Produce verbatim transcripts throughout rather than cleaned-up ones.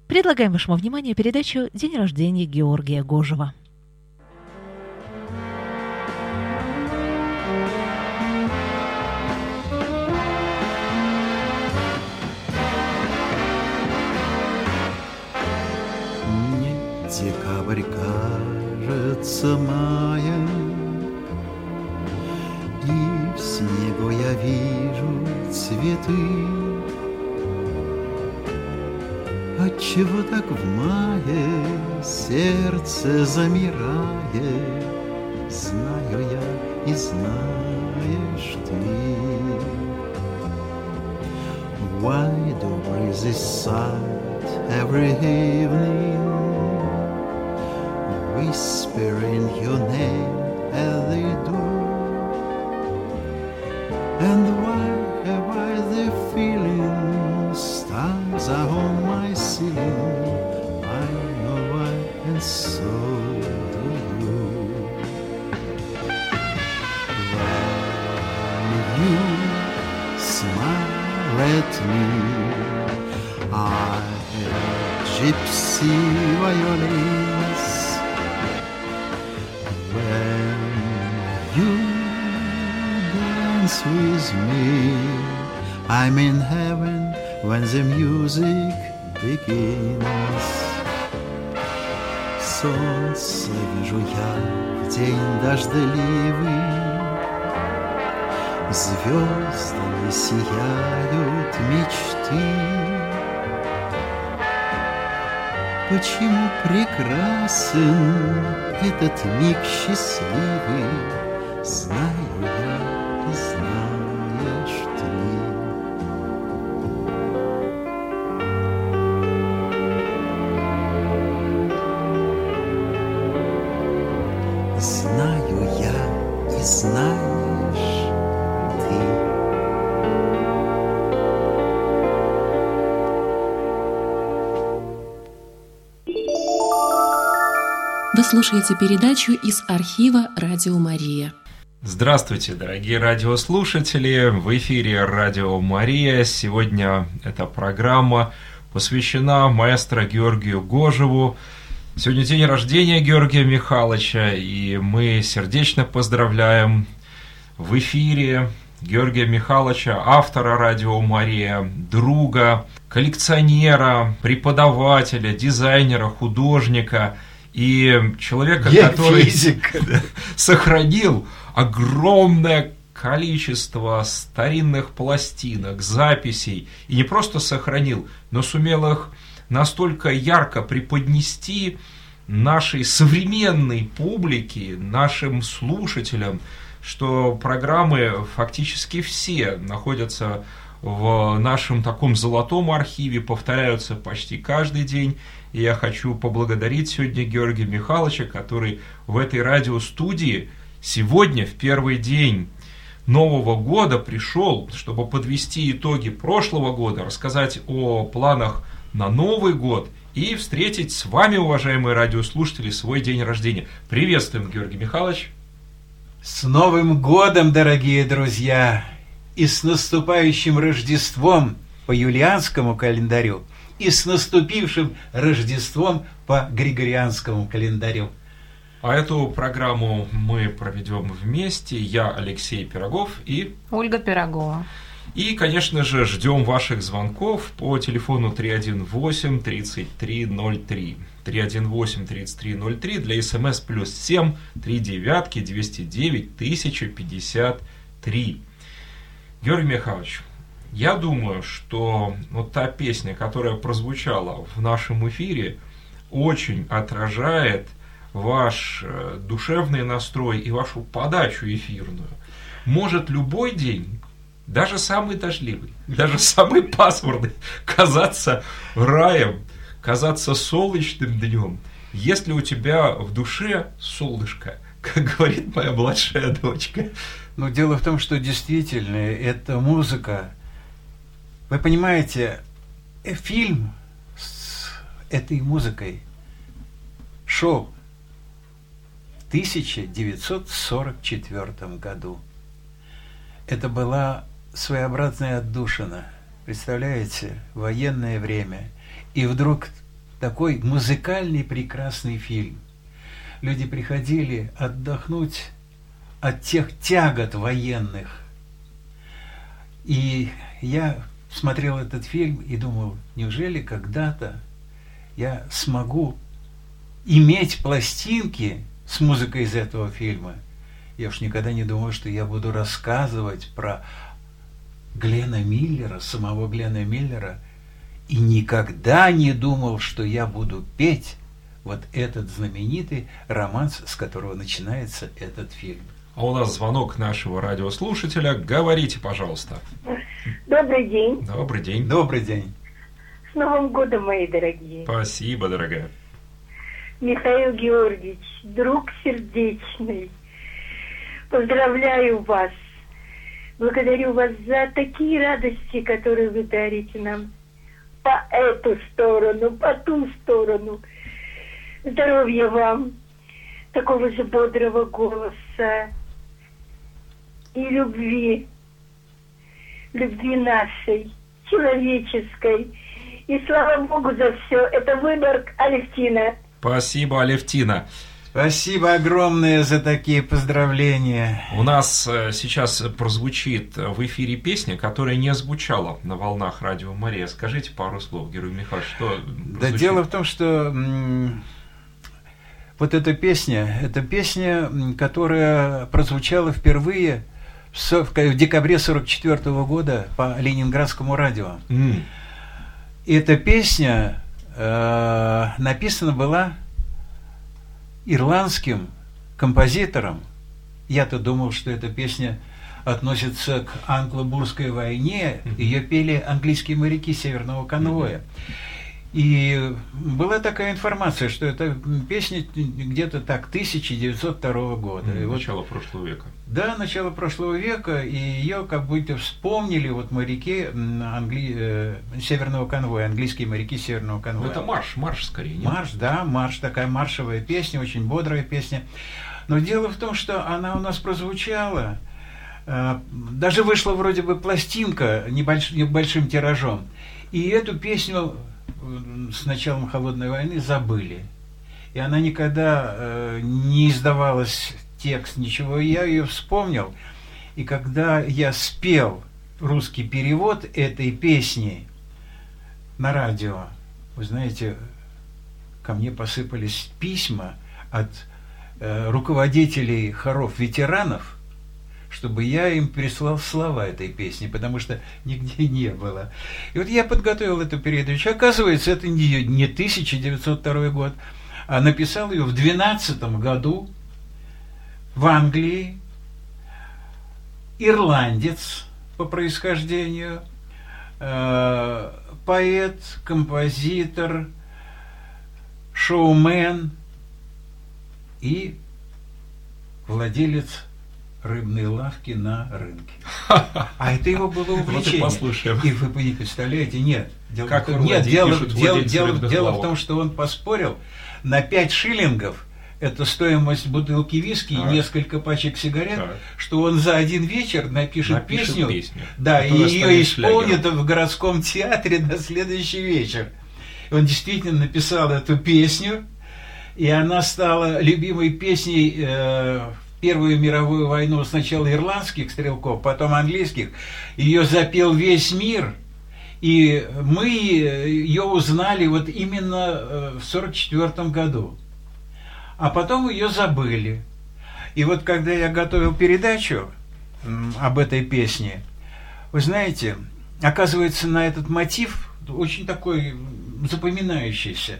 Предлагаем вашему вниманию передачу «День рождения Георгия Гожева». Мне декабрь кажется маем, и в снегу я вижу цветы. Отчего так в мае сердце замирает, знаю я и знаешь ты. Why do breezes sigh every evening, whispering your name as they do? And why have I the feeling stars are on my ceiling? I know why, and so do you. When you smile at me, I am gypsy violins. When you dance with me, I'm in heaven when the music begins. Солнце вижу я в день дождливый, звездами сияют мечты. Почему прекрасен этот миг счастливый, знаю я и знаешь ты. Знаю я и знаешь ты. Вы слушаете передачу из архива «Радио Мария». Здравствуйте, дорогие радиослушатели! В эфире «Радио Мария». Сегодня эта программа посвящена маэстро Георгию Гожеву. Сегодня день рождения Георгия Михайловича, и мы сердечно поздравляем в эфире Георгия Михайловича, автора «Радио Мария», друга, коллекционера, преподавателя, дизайнера, художника и человека, Я который физик. сохранил огромное количество старинных пластинок, записей, и не просто сохранил, но сумел их настолько ярко преподнести нашей современной публике, нашим слушателям, что программы фактически все находятся в нашем таком золотом архиве, повторяются почти каждый день. И я хочу поблагодарить сегодня Георгия Михайловича, который в этой радиостудии сегодня, в первый день Нового года, пришел, чтобы подвести итоги прошлого года, рассказать о планах на Новый год и встретить с вами, уважаемые радиослушатели, свой день рождения. Приветствуем, Георгий Михайлович. С Новым годом, дорогие друзья! И с наступающим Рождеством по юлианскому календарю, и с наступившим Рождеством по григорианскому календарю. А эту программу мы проведем вместе. Я Алексей Пирогов и Ольга Пирогова. И, конечно же, ждем ваших звонков по телефону три один восемь тридцать три ноль три. три один восемь тридцать три ноль три, для СМС плюс семь три девятки двести девять тысяча пятьдесят три. Георгий Михайлович, я думаю, что вот та песня, которая прозвучала в нашем эфире, очень отражает ваш душевный настрой и вашу подачу эфирную. Может любой день, даже самый дождливый, даже самый пасмурный, казаться раем, казаться солнечным днем, если у тебя в душе солнышко, как говорит моя младшая дочка. Но дело в том, что действительно эта музыка, вы понимаете, фильм с этой музыкой шел в тысяча девятьсот сорок четвёртом году. Это была своеобразная отдушина, представляете, военное время. И вдруг такой музыкальный прекрасный фильм. Люди приходили отдохнуть от тех тягот военных. И я смотрел этот фильм и думал, неужели когда-то я смогу иметь пластинки с музыкой из этого фильма? Я уж никогда не думал, что я буду рассказывать про Глена Миллера, самого Глена Миллера, и никогда не думал, что я буду петь вот этот знаменитый романс, с которого начинается этот фильм. А у нас звонок нашего радиослушателя. Говорите, пожалуйста. Добрый день. Добрый день. Добрый день. С Новым годом, мои дорогие. Спасибо, дорогая. Михаил Георгиевич, друг сердечный, поздравляю вас. Благодарю вас за такие радости, которые вы дарите нам по эту сторону, по ту сторону. Здоровья вам, такого же бодрого голоса и любви, любви нашей, человеческой. И слава Богу за все. Это Выборг, Алевтина. Спасибо, Алевтина. Спасибо огромное за такие поздравления. У нас сейчас прозвучит в эфире песня, которая не звучала на волнах Радио Мария. Скажите пару слов, Герой Михайлович, что прозвучит? Да дело в том, что м- вот эта песня, это песня, которая прозвучала впервые в, в декабре сорок четвёртого года по Ленинградскому радио. Mm. И эта песня э, написана была ирландским композитором. Я-то думал, что эта песня относится к англо-бурской войне. Ее пели английские моряки Северного конвоя. И была такая информация, что эта песня где-то так тысяча девятьсот второго года. Mm, вот, начало прошлого века. Да, начало прошлого века, и ее как будто вспомнили вот моряки Англи... э, Северного конвоя, английские моряки Северного конвоя. Ну, это марш, марш скорее, нет? Марш, да, марш, такая маршевая песня, очень бодрая песня. Но дело в том, что она у нас прозвучала, э, даже вышла вроде бы пластинка небольш... небольшим тиражом, и эту песню с началом Холодной войны забыли. И она никогда э, не издавалась, текст, ничего. Я ее вспомнил. И когда я спел русский перевод этой песни на радио, вы знаете, ко мне посыпались письма от э, руководителей хоров ветеранов, чтобы я им прислал слова этой песни, потому что нигде не было. И вот я подготовил эту передачу. Оказывается, это не, не тысяча девятьсот второй год, а написал ее в двенадцатом году в Англии ирландец по происхождению, э, поэт, композитор, шоумен и владелец рыбной лавки на рынке. А это его было увлечение. Вот и, и вы не представляете, нет. Дело, как в, нет, дело, дело, дело, дело в том, что он поспорил на пять шиллингов, это стоимость бутылки виски так. и несколько пачек сигарет, так. что он за один вечер напишет, напишет песню, песню, да, и ее исполнит шлягером в городском театре на следующий вечер. И он действительно написал эту песню, и она стала любимой песней э, Первую мировую войну, сначала ирландских стрелков, потом английских. Ее запел весь мир, и мы ее узнали вот именно в сорок четвёртом году. А потом ее забыли. И вот когда я готовил передачу об этой песне, вы знаете, оказывается, на этот мотив, очень такой запоминающийся,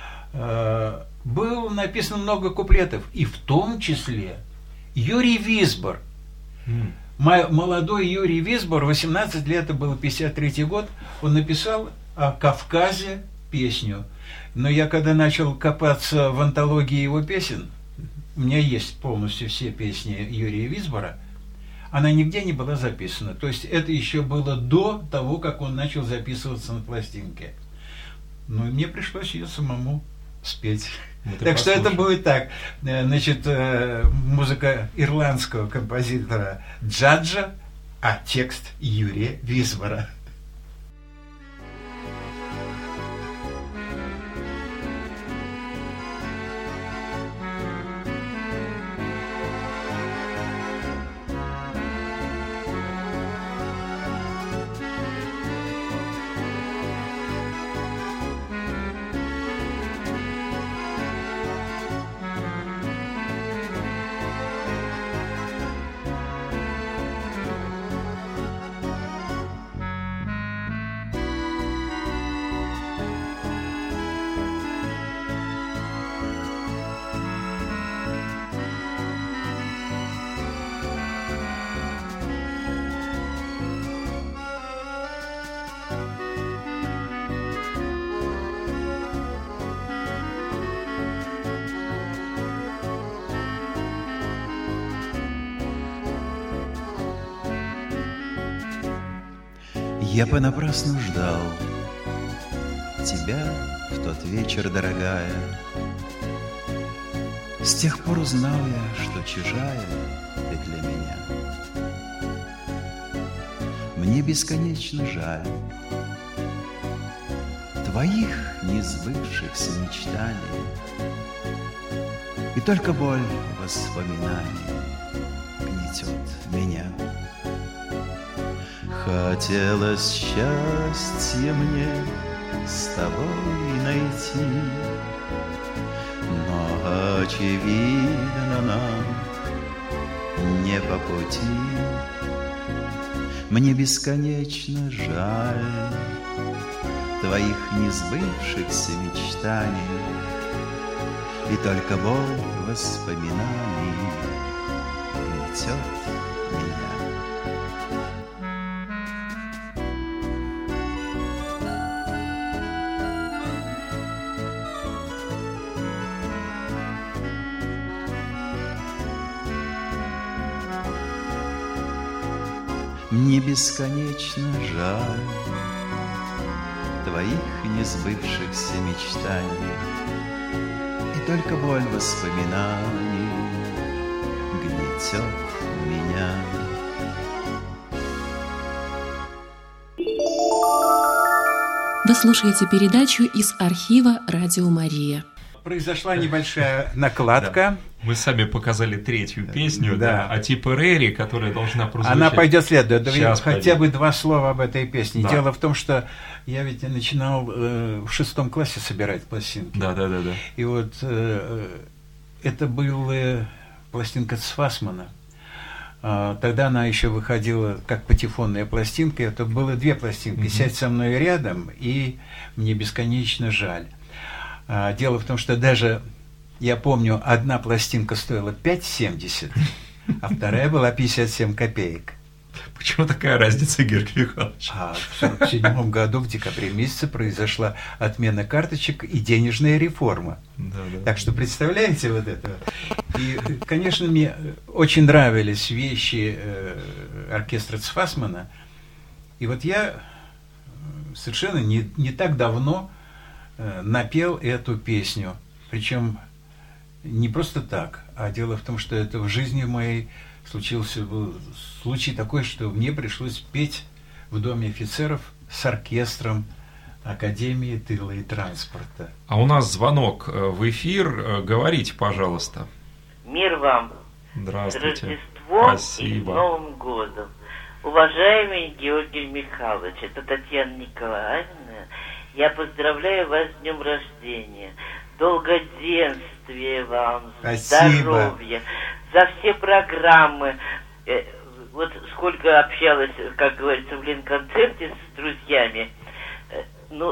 было написано много куплетов, и в том числе Юрий Висбор, mm. молодой Юрий Висбор, восемнадцать лет, это был пятьдесят третий год, он написал о Кавказе песню. Но я когда начал копаться в антологии его песен, у меня есть полностью все песни Юрия Висбора, она нигде не была записана. То есть это еще было до того, как он начал записываться на пластинке. Ну и мне пришлось ее самому спеть. Ну, так послушай. Что это будет так. Значит, музыка ирландского композитора Джаджа, а текст Юрия Висбора. Я понапрасну ждал тебя в тот вечер, дорогая. С тех пор узнал я, что чужая ты для меня. Мне бесконечно жаль твоих несбывшихся мечтаний, и только боль воспоминаний гнетет меня. Хотелось счастье мне с тобой найти, но, очевидно, нам не по пути. Мне бесконечно жаль твоих несбывшихся мечтаний, и только боль воспоминаний гнетет меня. Мне бесконечно жаль твоих несбывшихся мечтаний, и только боль воспоминаний гнетет меня. Вы слушаете передачу из архива «Радио Мария». Произошла небольшая накладка. Да. Мы сами показали третью песню, да, да, о Типперери, которая должна прозвучать. Она пойдет следом. Сейчас хотя пойдет. бы два слова об этой песне. Да. Дело в том, что я ведь начинал э, в шестом классе собирать пластинки. Да, да, да, да. И вот э, это была пластинка Цфасмана. А, тогда она еще выходила как патефонная пластинка. Это было две пластинки: Mm-hmm. «Сядь со мной рядом» и «Мне бесконечно жаль». А, дело в том, что даже я помню, одна пластинка стоила пять семьдесят, а вторая была пятьдесят семь копеек. Почему такая разница, Георгий Михайлович? А в сорок седьмом году в декабре месяце произошла отмена карточек и денежная реформа. Да, да. Так что представляете вот это. И, конечно, мне очень нравились вещи э, оркестра Цфасмана. И вот я совершенно не, не так давно э, напел эту песню. Причем не просто так, а дело в том, что это в жизни моей случился был случай такой, что мне пришлось петь в Доме офицеров с оркестром Академии тыла и транспорта. А у нас звонок в эфир. Говорите, пожалуйста. Мир вам. Здравствуйте. С Рождеством Спасибо. и с Новым годом. Уважаемый Георгий Михайлович, это Татьяна Николаевна. Я поздравляю вас с днем рождения. Долгоденствия вам, Спасибо. Здоровья, за все программы. Вот сколько общалась, как говорится, в Ленконцерте с друзьями, ну,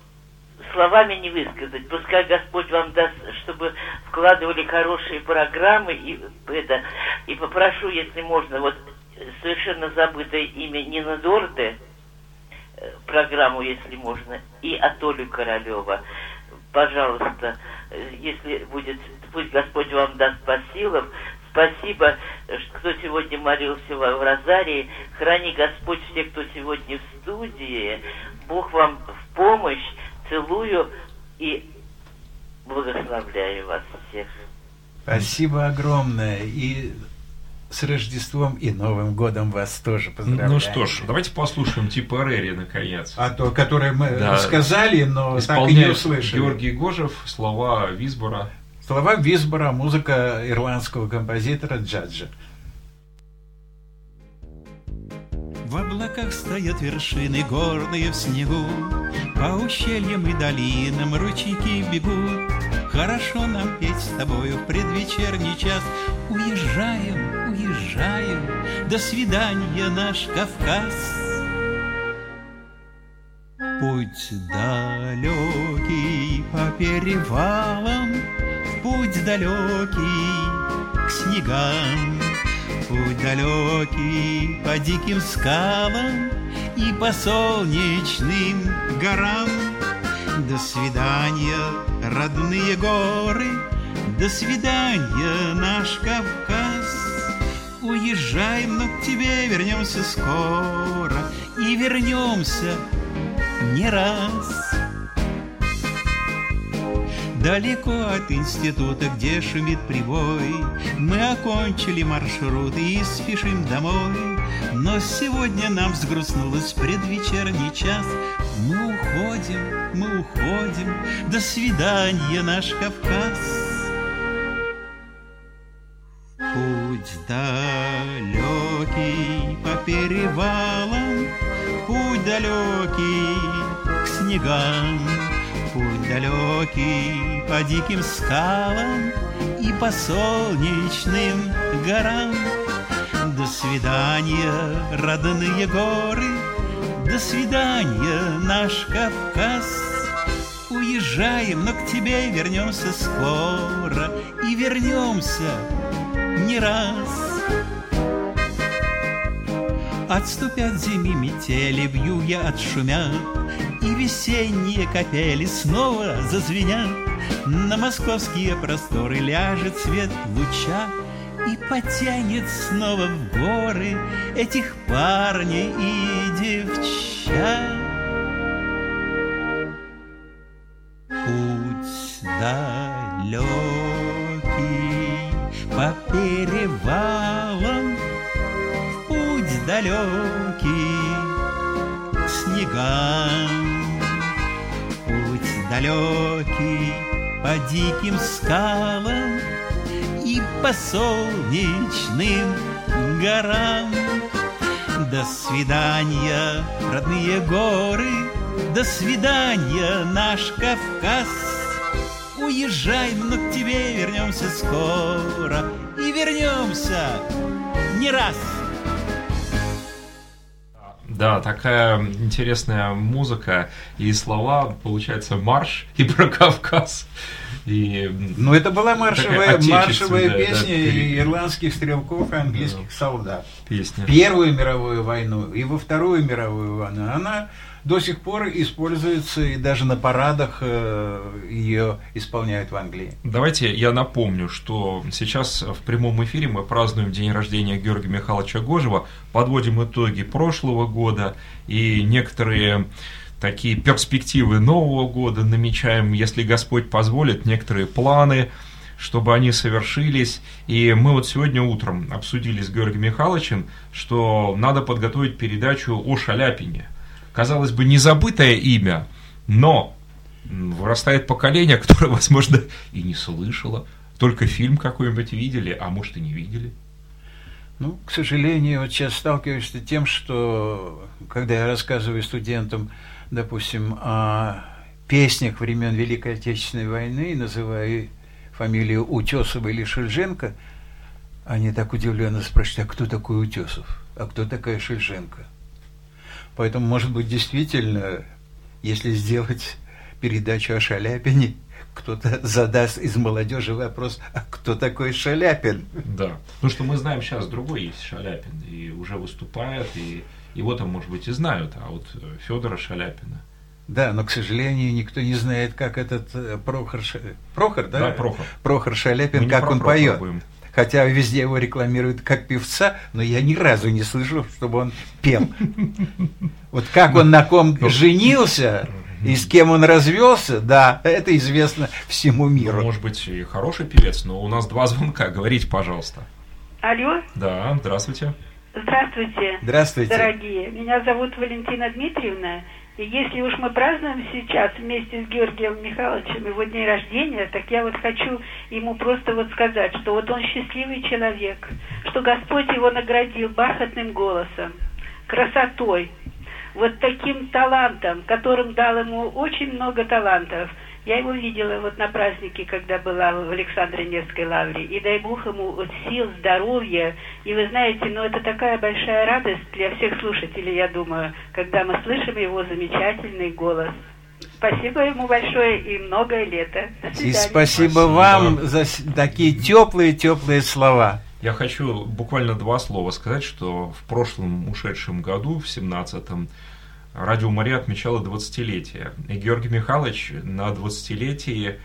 словами не высказать. Пускай Господь вам даст, чтобы вкладывали хорошие программы, и, это, и попрошу, если можно, вот совершенно забытое имя Нина Дорде, программу, если можно, и Атолю Королева. Пожалуйста, если будет, пусть Господь вам даст по силам. Спасибо, кто сегодня молился в Розарии. Храни Господь всех, кто сегодня в студии. Бог вам в помощь. Целую и благословляю вас всех. Спасибо огромное. И с Рождеством и Новым годом вас тоже поздравляю. Ну что ж, давайте послушаем Типперери, наконец. А то, которое мы Да. сказали, но так и не Исполняет услышали. Георгий Гожев, слова Висбора. Слова Висбора, музыка ирландского композитора Джаджа. В облаках стоят вершины горные в снегу, по ущельям и долинам ручейки бегут. Хорошо нам петь с тобою в предвечерний час. Уезжаем, уезжаем, до свидания, наш Кавказ. Путь далекий по перевалам, путь далекий к снегам, путь далекий по диким скалам и по солнечным горам. До свидания, родные горы, до свидания, наш Кавказ. Уезжаем, но к тебе вернемся скоро, и вернемся не раз. Далеко от института, где шумит прибой, мы окончили маршрут и спешим домой. Но сегодня нам взгрустнулось предвечерний час. Мы уходим, мы уходим, до свидания, наш Кавказ. Путь далекий по перевалам, путь далекий к снегам, путь далекий по диким скалам и по солнечным горам. До свидания, родные горы, до свидания, наш Кавказ. Уезжаем, но к тебе вернемся скоро, и вернемся не раз. Отступят зимы метели, вьюги отшумят, и весенние капели снова зазвенят. На московские просторы ляжет свет луча и потянет снова в горы этих парней и девчат. Путь далекий по перевалам, путь далекий к снегам, путь далекий по диким скалам и по солнечным горам. До свидания, родные горы, до свидания, наш Кавказ. Уезжаем, но к тебе вернемся скоро, и вернемся не раз. Да, такая интересная музыка и слова, получается, марш и про Кавказ. И ну, это была маршевая, маршевая да, песня да, пере... ирландских стрелков и английских да. солдат. Песня. Первую мировую войну и во Вторую мировую войну она до сих пор используется, и даже на парадах ее исполняют в Англии. Давайте я напомню, что сейчас в прямом эфире мы празднуем день рождения Георгия Михайловича Гожева, подводим итоги прошлого года и некоторые такие перспективы Нового года намечаем, если Господь позволит, некоторые планы, чтобы они совершились. И мы вот сегодня утром обсудили с Георгием Михайловичем, что надо подготовить передачу о Шаляпине. Казалось бы, незабытое имя, но вырастает поколение, которое, возможно, и не слышало, только фильм какой-нибудь видели, а может и не видели. Ну, к сожалению, вот сейчас сталкиваешься с тем, что, когда я рассказываю студентам, допустим, о песнях времен Великой Отечественной войны, называю фамилию Утесова или Шульженко, они так удивленно спрашивают, а кто такой Утесов, а кто такая Шульженко? Поэтому, может быть, действительно, если сделать передачу о Шаляпине, кто-то задаст из молодежи вопрос, а кто такой Шаляпин? Да, ну что мы знаем сейчас, другой есть Шаляпин, и уже выступает, и его там, может быть, и знают, а вот Федора Шаляпина. Да, но, к сожалению, никто не знает, как этот Прохор, Прохор, да? Да, Прохор. Прохор Шаляпин, как он поет. Будем. Хотя везде его рекламируют как певца, но я ни разу не слышал, чтобы он пел. Вот как он на ком женился и с кем он развелся, да, это известно всему миру. Ну, может быть, и хороший певец, но у нас два звонка. Говорите, пожалуйста. Алло. Да, здравствуйте. Здравствуйте. Здравствуйте. Дорогие. Меня зовут Валентина Дмитриевна. И если уж мы празднуем сейчас вместе с Георгием Михайловичем его день рождения, так я вот хочу ему просто вот сказать, что вот он счастливый человек, что Господь его наградил бархатным голосом, красотой, вот таким талантом, которым дал ему очень много талантов. Я его видела вот на празднике, когда была в Александро-Невской лавре, и дай Бог ему вот сил, здоровья. И вы знаете, ну это такая большая радость для всех слушателей, я думаю, когда мы слышим его замечательный голос. Спасибо ему большое и многое лето. До свидания. И спасибо, спасибо вам за такие теплые-теплые слова. Я хочу буквально два слова сказать, что в прошлом ушедшем году, в семнадцатом, Радио Мария отмечало двадцатилетие. И Георгий Михайлович на двадцатилетии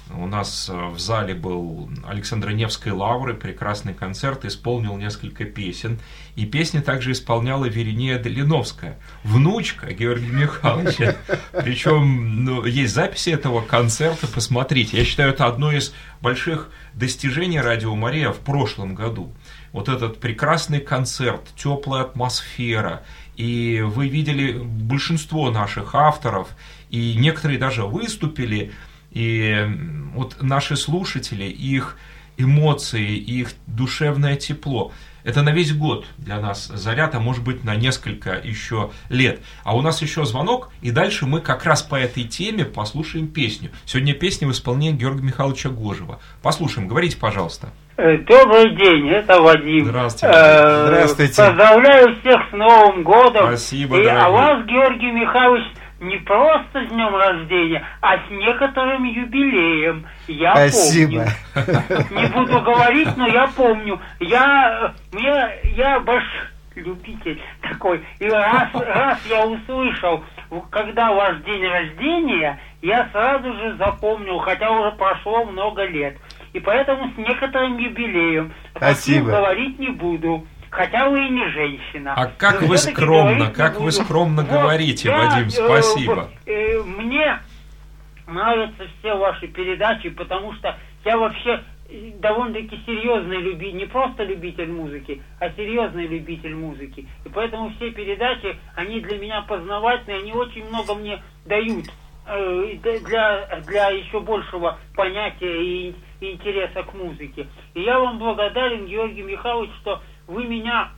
У нас в зале был Александра Невской лавры, прекрасный концерт, исполнил несколько песен. И песни также исполняла Веринея Долиновская, внучка Георгия Михайловича. Причем ну, есть записи этого концерта, посмотрите. Я считаю, это одно из больших достижений Радио Мария в прошлом году. Вот этот прекрасный концерт, теплая атмосфера. И вы видели большинство наших авторов, и некоторые даже выступили. И вот наши слушатели, их эмоции, их душевное тепло, это на весь год для нас заряд, а может быть на несколько еще лет. А у нас еще звонок, и дальше мы как раз по этой теме послушаем песню. Сегодня песня в исполнении Георгия Михайловича Гожева. Послушаем, говорите, пожалуйста. Добрый день, это Вадим. Здравствуйте. Здравствуйте. Поздравляю всех с Новым годом. Спасибо, и, дорогой. А вас, Георгий Михайлович, не просто с днем рождения, а с некоторым юбилеем. Я Спасибо. помню. Не буду говорить, но я помню. Я, мне, я большой любитель такой. И раз, раз я услышал, когда ваш день рождения, я сразу же запомнил, хотя уже прошло много лет. И поэтому с некоторым юбилеем. Спасибо. Говорить не буду. Хотя вы и не женщина. А как Но вы скромно, как вы скромно вот, говорите, я, Вадим, спасибо. Э, э, мне нравятся все ваши передачи, потому что я вообще довольно-таки серьезный любитель, не просто любитель музыки, а серьезный любитель музыки. И поэтому все передачи, они для меня познавательные, они очень много мне дают э, для, для еще большего понятия и, и интереса к музыке. И я вам благодарен, Георгий Михайлович, что вы меня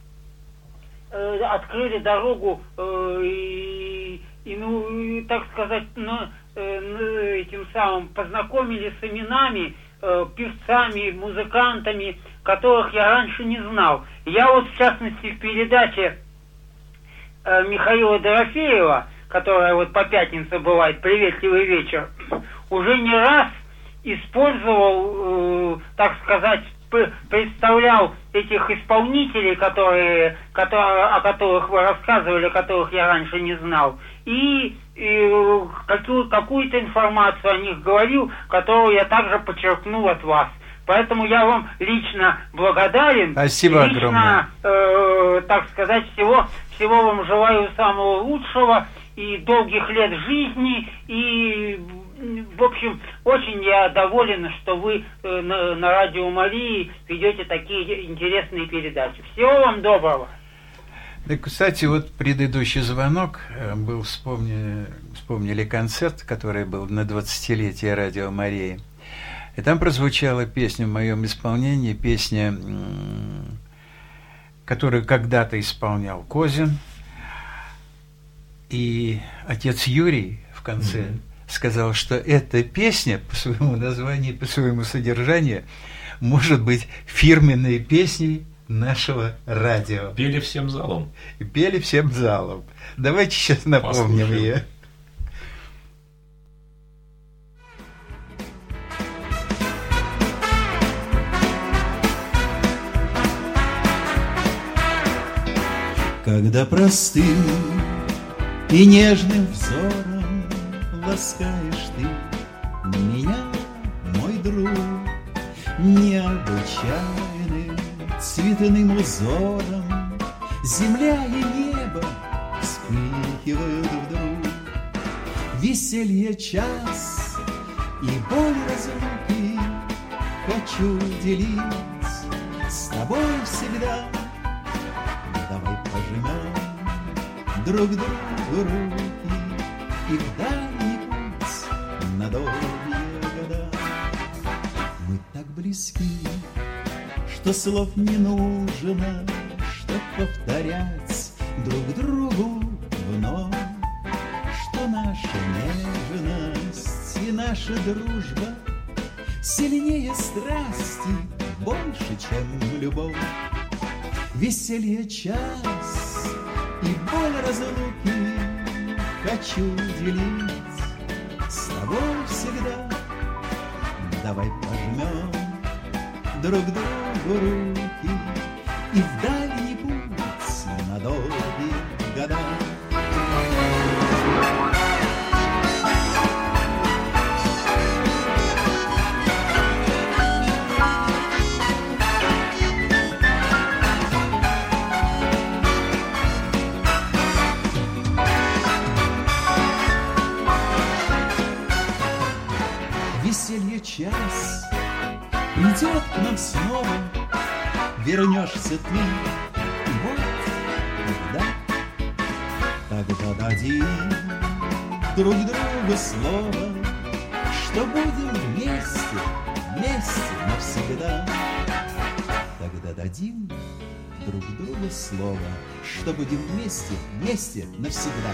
э, открыли дорогу э, и, и, ну, и, так сказать, на, э, этим самым познакомили с именами, э, певцами, музыкантами, которых я раньше не знал. Я вот, в частности, в передаче э, Михаила Дорофеева, которая вот по пятницам бывает, «Приветливый вечер», уже не раз использовал, э, так сказать, представлял этих исполнителей, которые, которые, о которых вы рассказывали, о которых я раньше не знал, и, и какую, какую-то информацию о них говорил, которую я также подчеркнул от вас. Поэтому я вам лично благодарен. Спасибо лично, огромное. Э, так сказать, всего, всего вам желаю самого лучшего и долгих лет жизни, и в общем, очень я доволен, что вы э, на, на Радио Марии ведете такие интересные передачи. Всего вам доброго. Да, кстати, вот предыдущий звонок был, вспомни, вспомнили концерт, который был на двадцатилетие Радио Марии. И там прозвучала песня в моем исполнении, песня, которую когда-то исполнял Козин. И отец Юрий в конце mm-hmm. сказал, что эта песня по своему названию, по своему содержанию может быть фирменной песней нашего радио. Пели всем залом. И пели всем залом. Давайте сейчас напомним Послушаем. ее. Когда простым и нежным взором ласкаешь ты меня, мой друг, необычайным цветным узором земля и небо вспыхивают вдруг. Веселье час и боль разлуки хочу делить с тобой всегда. Давай пожмем друг другу руки и в дальний путь на долгие года. Мы так близки, что слов не нужно, чтоб повторять друг другу вновь, что наша нежность и наша дружба сильнее страсти, больше, чем любовь. Веселье час и боль разлуки хочу делить с тобой всегда. Давай пожмем друг другу руки и в дальний путь на долгие года. веселье час придет к нам снова, вернешься ты, и вот тогда, тогда дадим друг другу слово, что будем вместе, вместе навсегда. Тогда дадим друг другу слово, что будем вместе, вместе навсегда.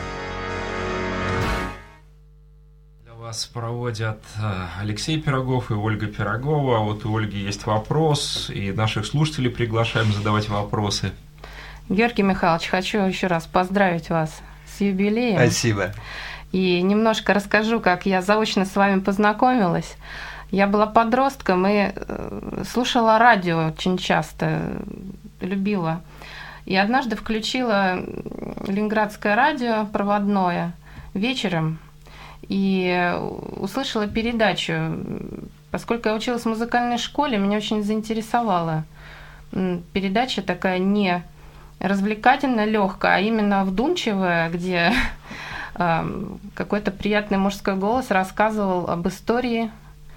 Вас проводят Алексей Пирогов и Ольга Пирогова. Вот у Ольги есть вопрос, и наших слушателей приглашаем задавать вопросы. Георгий Михайлович, хочу еще раз поздравить вас с юбилеем. Спасибо. И немножко расскажу, как я заочно с вами познакомилась. Я была подростком и слушала радио очень часто, любила. И однажды включила ленинградское радио проводное вечером и услышала передачу. Поскольку я училась в музыкальной школе, меня очень заинтересовала передача такая не развлекательная, легкая, а именно вдумчивая, где какой-то приятный мужской голос рассказывал об истории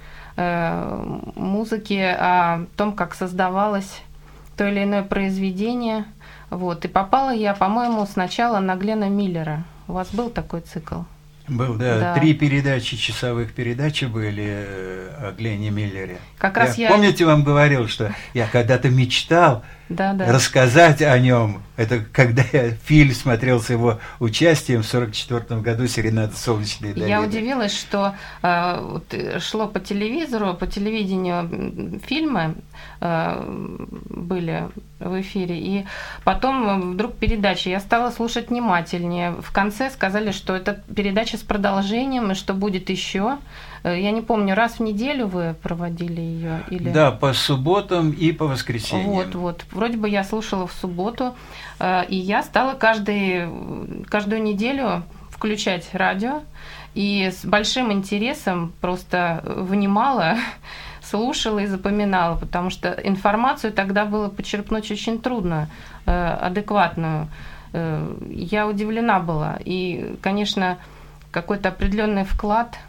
музыки, о том, как создавалось то или иное произведение. Вот. И попала я, по-моему, сначала на Глена Миллера. У вас был такой цикл? Был, да. Да. Три передачи, часовых передачи были о Гленне Миллере. Как раз я... Помните, вам говорил, что я когда-то мечтал да, да. рассказать о нем. Это когда я фильм смотрел с его участием в сорок четвёртом году «Серенада солнечной долины». Я удивилась, что э, вот, шло по телевизору, по телевидению фильмы э, были в эфире, и потом вдруг передача. Я стала слушать внимательнее. В конце сказали, что это передача с продолжением, и что будет еще. Я не помню, раз в неделю вы проводили ее или... Да, по субботам и по воскресеньям. Вот, вот. Вроде бы я слушала в субботу, и я стала каждый, каждую неделю включать радио, и с большим интересом просто внимала, слушала и запоминала, потому что информацию тогда было почерпнуть очень трудно, адекватную. Я удивлена была. И, конечно, какой-то определенный вклад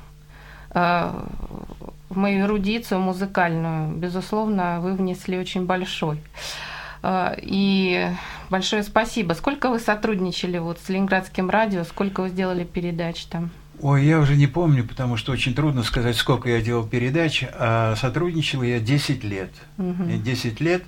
в мою эрудицию музыкальную, безусловно, вы внесли очень большой. И большое спасибо. Сколько вы сотрудничали вот с Ленинградским радио, сколько вы сделали передач там? Ой, я уже не помню, потому что очень трудно сказать, сколько я делал передач, а сотрудничал я десять лет. Угу. десять лет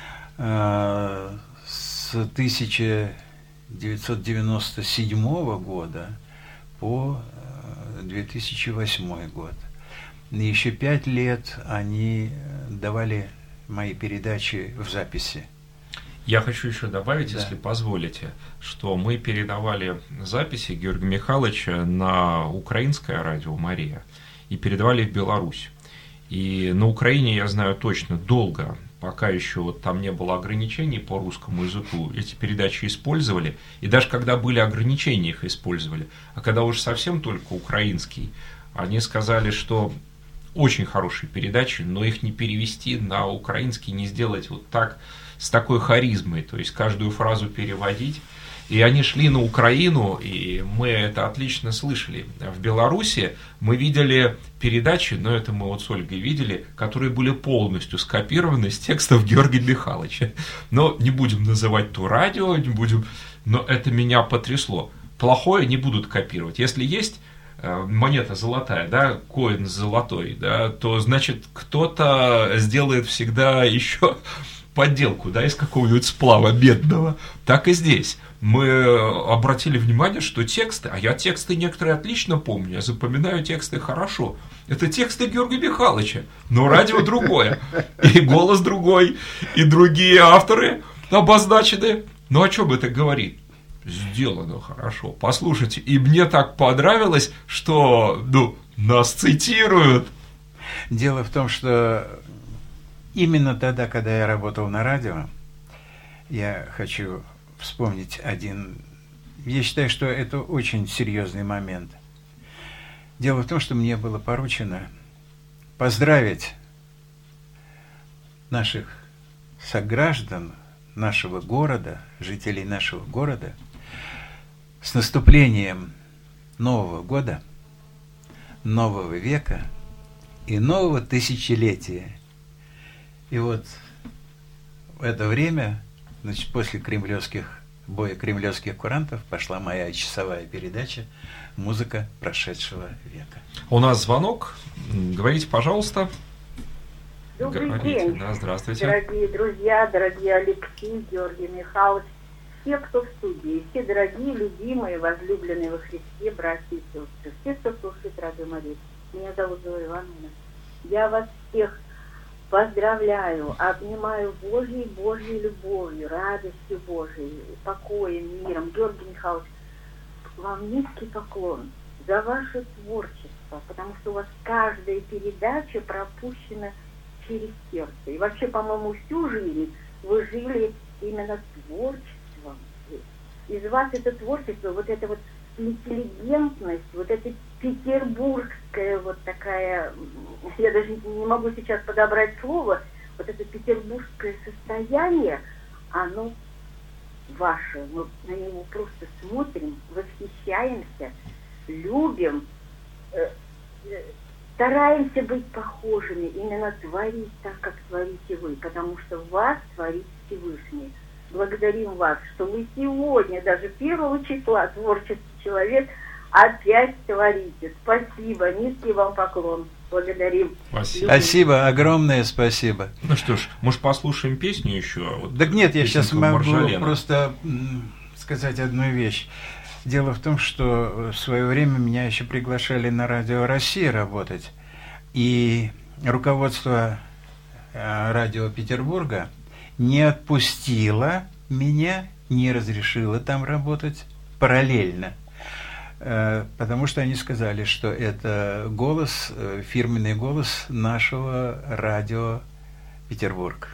э, с тысяча девятьсот девяносто седьмого года по две тысячи восьмой год. И еще пять лет они давали мои передачи в записи. Я хочу еще добавить, да. если позволите, что мы передавали записи Георгия Михайловича на украинское радио «Мария» и передавали в Беларусь. И на Украине, я знаю точно, долго, пока еще вот там не было ограничений по русскому языку, эти передачи использовали. И даже когда были ограничения, их использовали. А когда уж совсем только украинский, они сказали, что очень хорошие передачи, но их не перевести на украинский, не сделать вот так, с такой харизмой, то есть каждую фразу переводить. И они шли на Украину, и мы это отлично слышали. В Беларуси мы видели передачи, но это мы вот с Ольгой видели, которые были полностью скопированы с текстов Георгия Михайловича. Но не будем называть то радио, не будем, но это меня потрясло. Плохое не будут копировать. Если есть монета золотая, да, коин золотой, да, то значит кто-то сделает всегда еще подделку, да, из какого-нибудь сплава бедного. Так и здесь. Мы обратили внимание, что тексты, а я тексты некоторые отлично помню, я запоминаю тексты хорошо. Это тексты Георгия Михайловича, но радио другое, и голос другой, и другие авторы обозначены. Ну о чем это говорит? Сделано хорошо. Послушайте, и мне так понравилось, что, ну, нас цитируют. Дело в том, что именно тогда, когда я работал на радио, я хочу вспомнить один... Я считаю, что это очень серьезный момент. Дело в том, что мне было поручено поздравить наших сограждан нашего города, жителей нашего города, с наступлением Нового года, Нового века и нового тысячелетия. И вот в это время, значит, после кремлевских, боя кремлевских курантов пошла моя часовая передача «Музыка прошедшего века». У нас звонок. Говорите, пожалуйста. Добрый Говорите. день, Да, здравствуйте. дорогие друзья, дорогие Алексей, Георгий Михайлович, все, кто в студии, все дорогие, любимые, возлюбленные во Христе, братья и сестры, все, кто слушает Радио Мария. Меня зовут Зоя Ивановна. Я вас всех поздравляю, обнимаю Божьей, Божьей любовью, радостью Божией, покоем, миром. Георгий Михайлович, вам низкий поклон за ваше творчество, потому что у вас каждая передача пропущена через сердце. И вообще, по-моему, всю жизнь вы жили именно творчеством. Из вас это творчество, вот эта вот интеллигентность, вот эта петербургская вот такая, я даже не могу сейчас подобрать слово, вот это петербургское состояние, оно ваше. Мы на него просто смотрим, восхищаемся, любим, э, э, стараемся быть похожими, именно творить так, как творите вы, потому что вас творит Всевышний. Благодарим вас, что вы сегодня, даже первого числа, творческий человек, опять творите. Спасибо, низкий вам поклон. Благодарим. Спасибо. Спасибо, огромное спасибо. Ну что ж, может, послушаем песню еще? Вот так нет, я сейчас могу Маржалена. просто сказать одну вещь. Дело в том, что в свое время меня еще приглашали на Радио России работать, и руководство Радио Петербурга не отпустило меня, не разрешило там работать параллельно, потому что они сказали, что это голос, фирменный голос нашего Радио Петербург.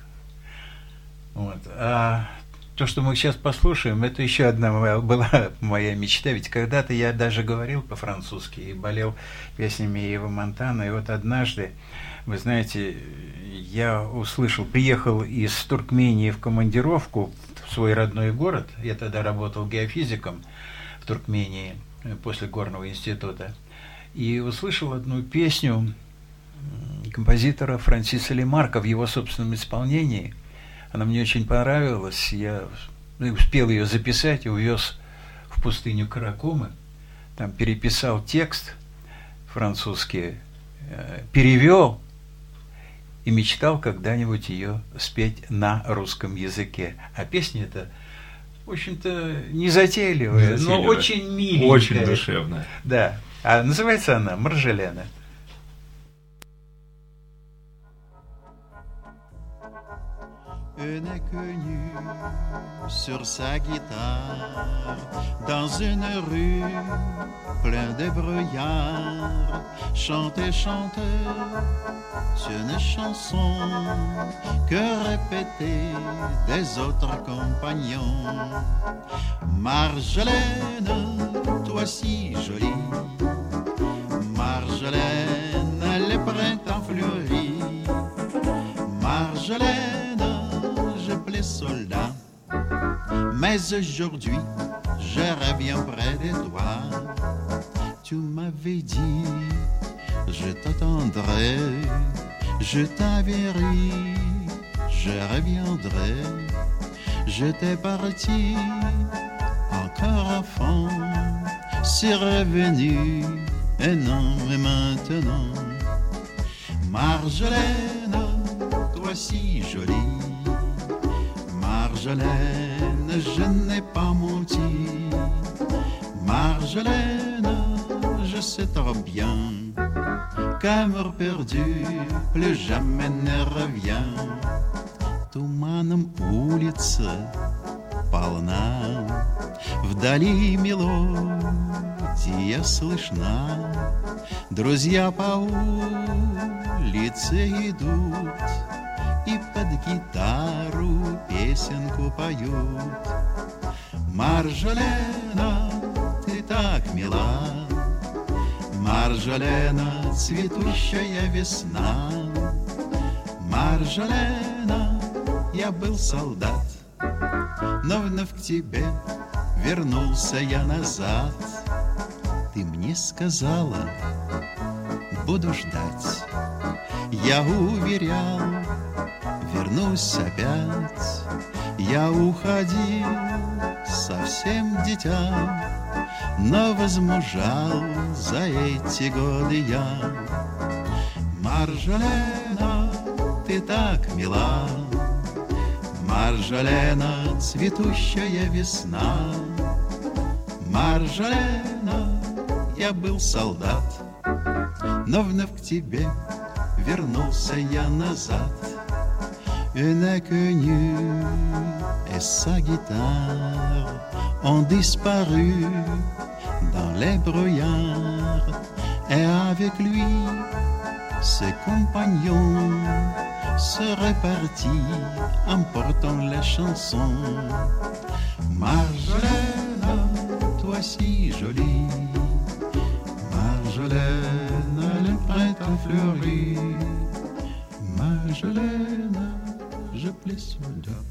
Вот. А то, что мы сейчас послушаем, это еще одна моя, была моя мечта, ведь когда-то я даже говорил по-французски и болел песнями Ива Монтана, и вот однажды, вы знаете, я услышал, приехал из Туркмении в командировку в свой родной город, я тогда работал геофизиком в Туркмении после горного института, и услышал одну песню композитора Франсиса Лемарка в его собственном исполнении. Она мне очень понравилась, я успел ее записать и увез в пустыню Каракумы, там переписал текст французский, перевел и мечтал когда-нибудь ее спеть на русском языке. А песня эта, в общем-то, незатейливая, но очень миленькая. Очень душевная. Да, а называется она «Маржалена». Un inconnu sur sa guitare dans une rue pleine de brouillard chantait, chantait une chanson que répétaient des autres compagnons. Marjolaine, toi si jolie, Marjolaine, le printemps fleuri, Marjolaine, les soldats, mais aujourd'hui je reviens près de toi. Tu m'avais dit, je t'attendrai, je t'enverrai, je reviendrai. J'étais parti encore enfant, c'est revenu et non et maintenant. Marjolaine, toi si jolie, Marjolaine, je n'ai pas menti. Marjolaine, je sais trop bien qu'amour perdu plus jamais ne revient. Туманом улица полна, вдали мелодия слышна. Друзья по улице идут и под гитару песенку поют. Маржалена, ты так мила, Маржалена, цветущая весна. Маржалена, я был солдат, но вновь к тебе вернулся я назад. Ты мне сказала, буду ждать, Я уверял, вернусь опять. Я уходил совсем дитя, но возмужал за эти годы я. Маржолена, ты так мила, Маржолена, цветущая весна. Маржолена, я был солдат, но вновь к тебе вернулся я назад. Une inconnue et sa guitare ont disparu dans les brouillards, et avec lui ses compagnons se répartis en portant la chanson. Marjolaine, toi si jolie, Marjolaine, le printemps fleuri, Marjolaine, je plais soudain.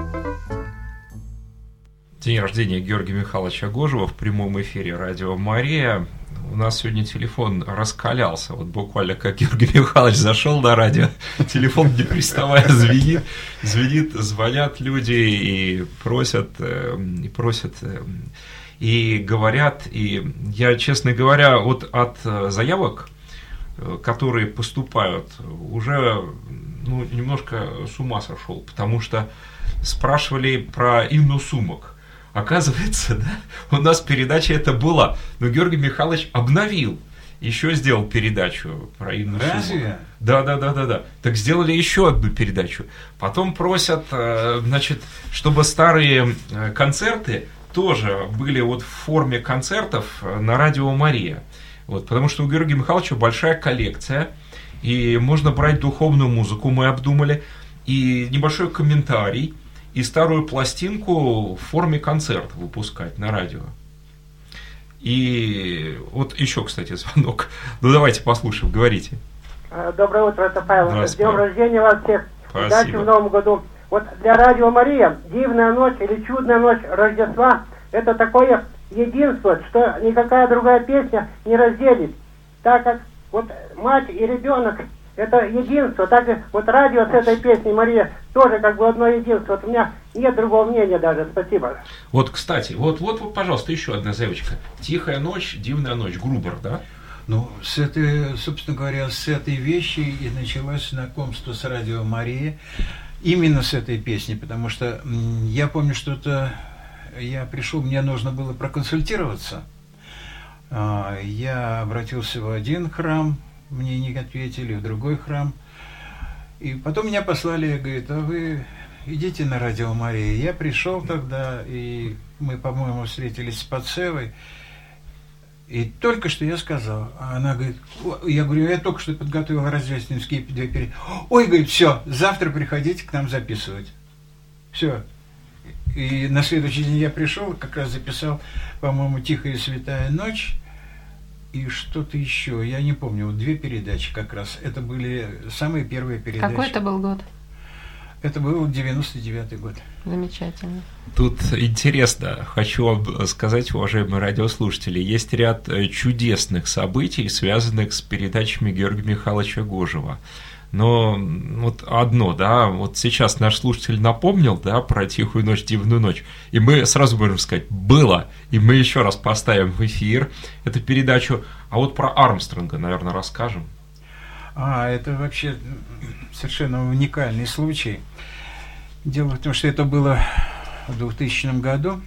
День рождения Георгия Михайловича Гожева в прямом эфире радио Мария. У нас сегодня телефон раскалялся. Вот буквально как Георгий Михайлович зашел на радио, телефон не переставая звенит, звенит, звонят люди и просят, и просят, и говорят. И я, честно говоря, вот от заявок, которые поступают, уже ну, немножко с ума сошел, потому что спрашивали про Инну Сумок. Оказывается, да, у нас передача эта была, но Георгий Михайлович обновил, еще сделал передачу про Инну Сумок. Разве? Да, да, да, да, да. Так сделали еще одну передачу. Потом просят, значит, чтобы старые концерты тоже были вот в форме концертов на радио Мария. Вот, потому что у Георгия Михайловича большая коллекция, и можно брать духовную музыку, мы обдумали, и небольшой комментарий, и старую пластинку в форме концерта выпускать на радио. И вот еще, кстати, звонок. Ну, давайте послушаем, говорите. Доброе утро, это Павел. С днем Павел. рождения вас всех. Удачи в Новом году. Вот для радио Мария «Дивная ночь» или «Чудная ночь Рождества» — это такое единство, что никакая другая песня не разделит. Так как вот мать и ребенок — это единство, так и вот радио с этой песней «Мария» тоже как бы одно единство. Вот у меня нет другого мнения даже. Спасибо. Вот, кстати, вот, вот, вот, пожалуйста, еще одна заявочка. «Тихая ночь, дивная ночь», Грубер, да? Ну, с этой, собственно говоря, с этой вещи и началось знакомство с радио Мария. Именно с этой песни, потому что я помню, что это я пришел, мне нужно было проконсультироваться. Я обратился в один храм, мне не ответили, в другой храм. И потом меня послали, говорит, а вы идите на радио Мария. Я пришел тогда, и мы, по-моему, встретились с Пацевой. И только что я сказал, а она говорит, я говорю, я только что подготовил рождественские две передачи. Ой, говорит, все, завтра приходите к нам записывать. Все. И на следующий день я пришел, как раз записал, по-моему, «Тихая и святая ночь» и что-то еще. Я не помню, вот две передачи как раз. Это были самые первые передачи. Какой это был год? Это был девяносто девятый год. Замечательно. Тут интересно, хочу вам сказать, уважаемые радиослушатели, есть ряд чудесных событий, связанных с передачами Георгия Михайловича Гожева. Но вот одно, да, вот сейчас наш слушатель напомнил, да, про «Тихую ночь, дивную ночь», и мы сразу можем сказать, было, и мы еще раз поставим в эфир эту передачу, а вот про Армстронга, наверное, расскажем. А, это вообще совершенно уникальный случай. Дело в том, что это было в двухтысячном году.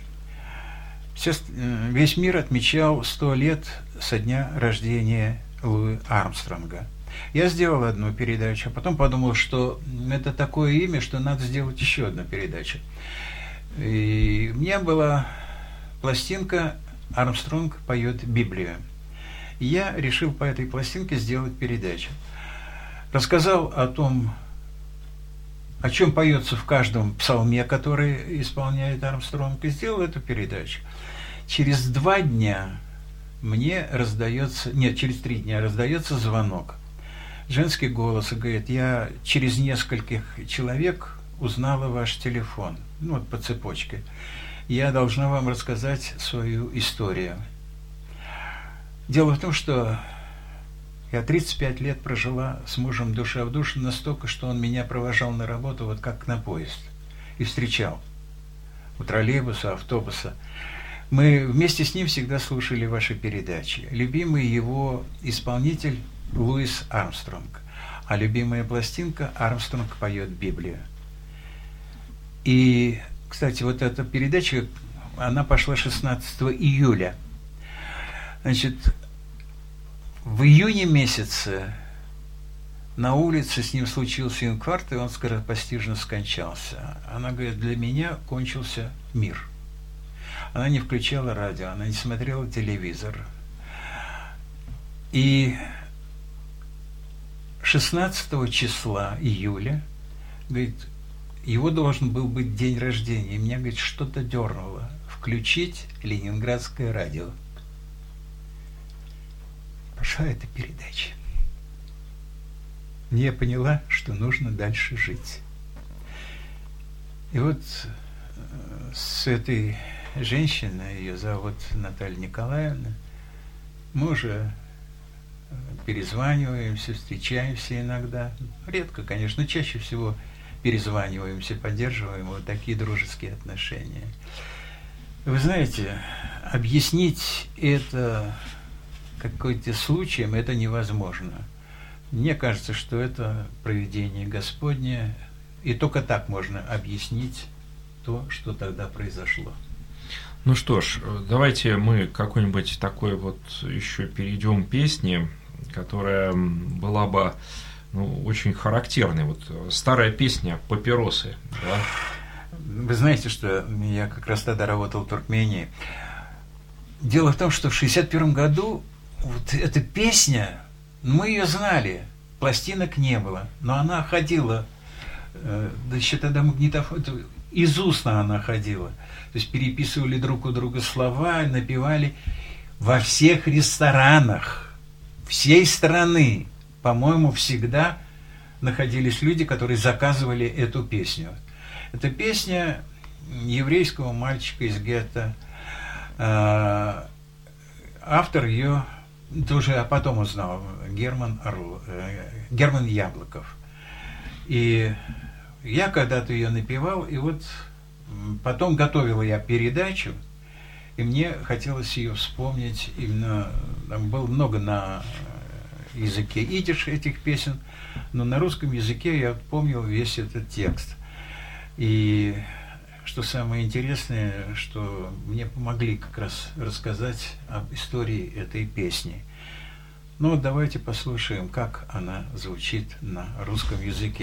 Весь мир отмечал сто лет со дня рождения Луи Армстронга. Я сделал одну передачу, а потом подумал, что это такое имя, что надо сделать еще одну передачу. И у меня была пластинка «Армстронг поет Библию». И я решил по этой пластинке сделать передачу. Рассказал о том, о чем поется в каждом псалме, который исполняет Армстронг, и сделал эту передачу. Через два дня мне раздается, нет, через три дня раздается звонок. Женский голос, и говорит, я через нескольких человек узнала ваш телефон, ну вот по цепочке. Я должна вам рассказать свою историю. Дело в том, что Я тридцать пять лет прожила с мужем душа в душу настолько, что он меня провожал на работу вот как на поезд и встречал у троллейбуса, автобуса. Мы вместе с ним всегда слушали ваши передачи. Любимый его исполнитель Луис Армстронг, а любимая пластинка «Армстронг поет Библию». И, кстати, вот эта передача, она пошла шестнадцатого июля. Значит, в июне месяце на улице с ним случился инфаркт, и он скоропостижно скончался. Она говорит, для меня кончился мир. Она не включала радио, она не смотрела телевизор. И шестнадцатого числа июля, говорит, его должен был быть день рождения. И меня, говорит, что-то дернуло. Включить Ленинградское радио. Пошла эта передача. Я поняла, что нужно дальше жить. И вот с этой женщиной, ее зовут Наталья Николаевна, мы уже перезваниваемся, встречаемся иногда. Редко, конечно, чаще всего перезваниваемся, поддерживаем вот такие дружеские отношения. Вы знаете, объяснить это какой-то случаем это невозможно. Мне кажется, что это провидение Господне, и только так можно объяснить то, что тогда произошло. Ну что ж, давайте мы какой-нибудь такой вот еще перейдем к песне, которая была бы, ну, очень характерной. Вот старая песня «Папиросы». Да? Вы знаете, что я как раз тогда работал в Туркмении. Дело в том, что в шестьдесят первом году вот эта песня, мы ее знали, пластинок не было, но она ходила, да еще тогда магнитофон, из устно она ходила. То есть переписывали друг у друга слова, напевали во всех ресторанах всей страны. По-моему, всегда находились люди, которые заказывали эту песню. Это песня еврейского мальчика из гетто. Автор ее тоже, а потом узнал, Герман, Орл, Герман Яблоков. И я когда-то ее напевал, и вот потом готовила я передачу, и мне хотелось ее вспомнить. Именно там было много на языке идиш этих песен, но на русском языке я помнил весь этот текст. И что самое интересное, что мне помогли как раз рассказать об истории этой песни. Ну вот давайте послушаем, как она звучит на русском языке.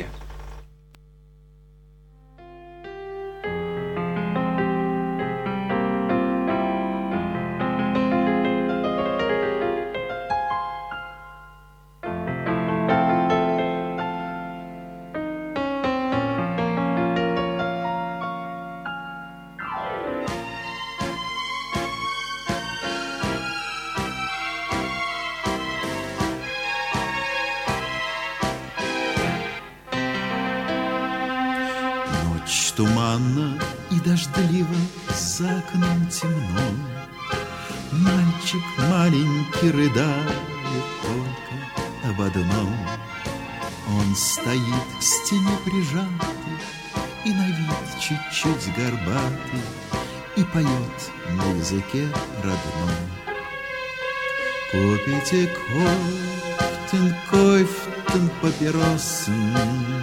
Туманно и дождливо за окном темно. Мальчик маленький рыдает только об одном. Он стоит к стене прижатый и на вид чуть-чуть горбатый и поет на языке родном. Купите кофтен, кофтен, папироsen.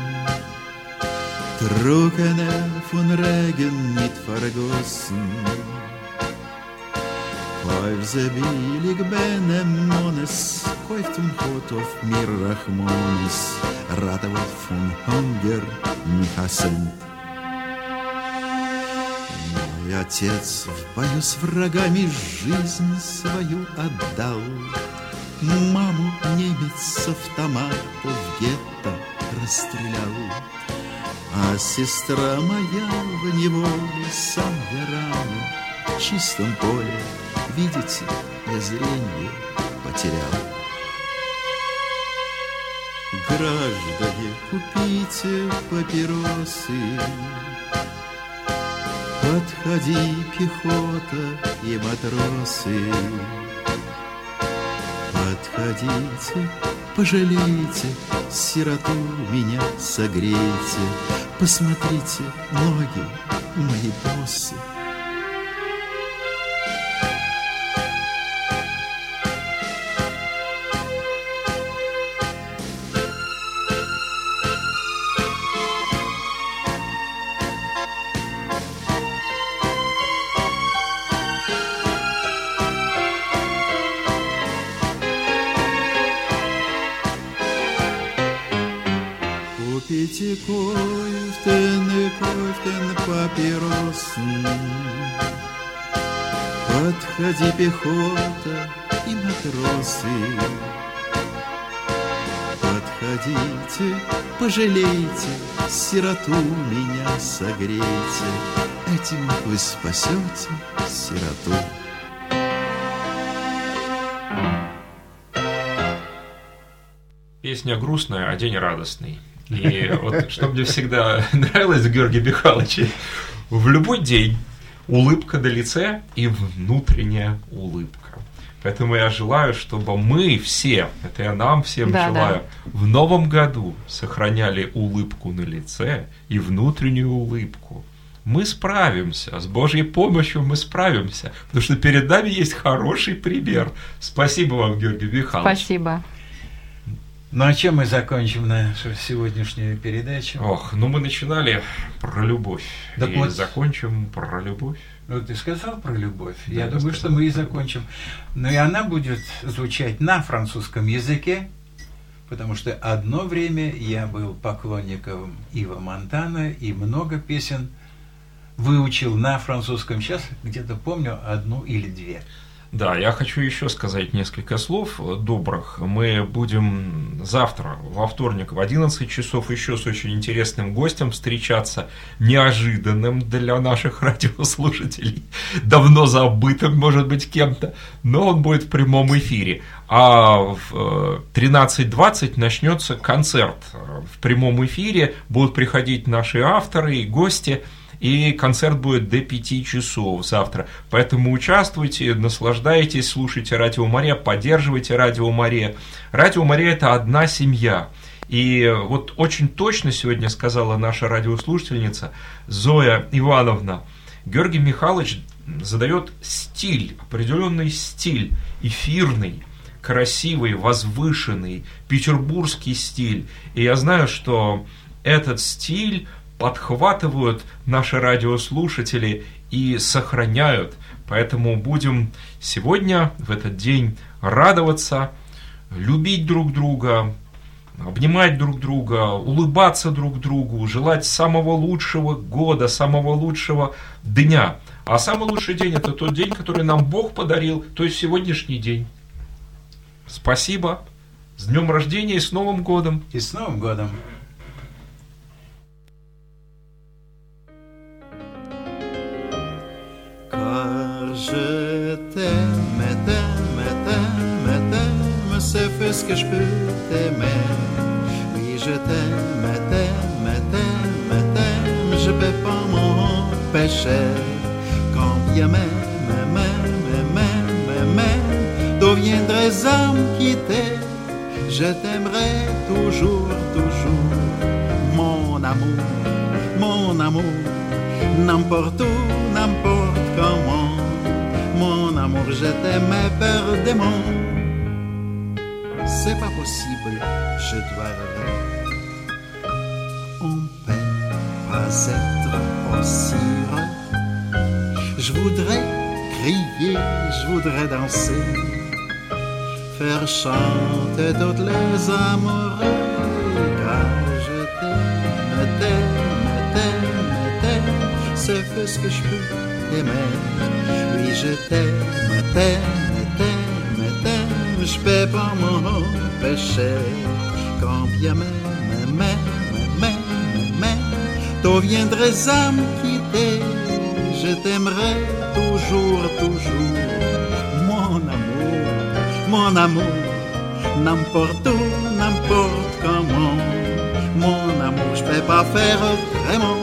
Trockene von Regen nicht vergossen. Kauf sie billig Benemones, kauft und hat auf mir Rachmones, Ratawat von Hunger nicht hassen. Мой отец в бою с врагами жизнь свою отдал. Маму немец с автомата в гетто расстрелял. А сестра моя в неволе, сам я рано, в чистом поле, видите, я зрение потерял. Граждане, купите папиросы, подходи, пехота и матросы. Подходи, Подходите, пожалейте, сироту меня согрейте, посмотрите, ноги мои босы. Купите кофтен и кофтен папиросы. Подходи, пехота и матросы. Подходите, пожалейте, сироту меня согрейте. Этим вы спасете сироту. Песня грустная, а день радостный. И вот что мне всегда нравилось в Георгии Михайловиче, в любой день улыбка на лице и внутренняя улыбка. Поэтому я желаю, чтобы мы все, это я нам всем да, желаю, да. в новом году сохраняли улыбку на лице и внутреннюю улыбку. Мы справимся, с Божьей помощью мы справимся, потому что перед нами есть хороший пример. Спасибо вам, Георгий Михайлович. Спасибо. Ну, а чем мы закончим нашу сегодняшнюю передачу? Ох, ну мы начинали про любовь. Так и вот, закончим про любовь. Ну, ты сказал про любовь. Да, я я думаю, сказал. Что мы и закончим. Но и она будет звучать на французском языке, потому что одно время я был поклонником Ива Монтана и много песен выучил на французском. Сейчас где-то помню одну или две. Да, я хочу еще сказать несколько слов добрых. Мы будем завтра, во вторник, в одиннадцать часов еще с очень интересным гостем встречаться, неожиданным для наших радиослушателей, давно забытым, может быть, кем-то, но он будет в прямом эфире. А в тринадцать двадцать начнется концерт в прямом эфире, будут приходить наши авторы и гости. И концерт будет до пяти часов завтра. Поэтому участвуйте, наслаждайтесь, слушайте Радио Мария, поддерживайте Радио Мария. Радио Мария – это одна семья. И вот очень точно сегодня сказала наша радиослушательница Зоя Ивановна, Георгий Михайлович задает стиль, определенный стиль, эфирный, красивый, возвышенный, петербургский стиль. И я знаю, что этот стиль подхватывают наши радиослушатели и сохраняют. Поэтому будем сегодня, в этот день, радоваться, любить друг друга, обнимать друг друга, улыбаться друг другу, желать самого лучшего года, самого лучшего дня. А самый лучший день – это тот день, который нам Бог подарил, то есть сегодняшний день. Спасибо. С днем рождения и с Новым годом. И с Новым годом. Je t'aime, t'aime, t'aime, t'aime, c'est fait ce que je peux t'aimer. Oui, je t'aime, t'aime, t'aime, t'aime, je peux pas m'empêcher. Quand bien même, même, même, même, deviendrais à me quitter, je t'aimerai toujours, toujours, mon amour, mon amour, n'importe où, n'importe comment. Mon amour, je t'aime perdément. C'est pas possible, je dois rêver. On peut pas être aussi heureux. Je voudrais crier, je voudrais danser, faire chanter toutes les amoureux. Car je t'aime, t'aime, t'aime, t'aime, c'est fait ce que je peux t'aimer. Oui, je t'aime, t'aime, t'aime, t'aime, je peux pas m'empêcher. Quand bien même, même, même, même, tu viendrais à me quitter, je t'aimerai toujours, toujours. Mon amour, mon amour, n'importe où, n'importe comment. Mon amour, je peux pas faire autrement.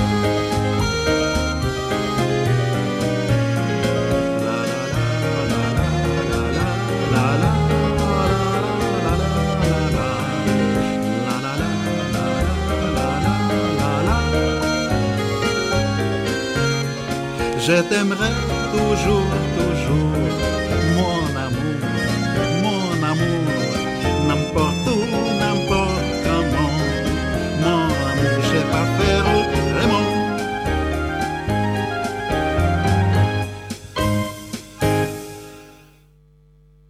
La la la la je t'aimerai toujours, toujours, mon ami.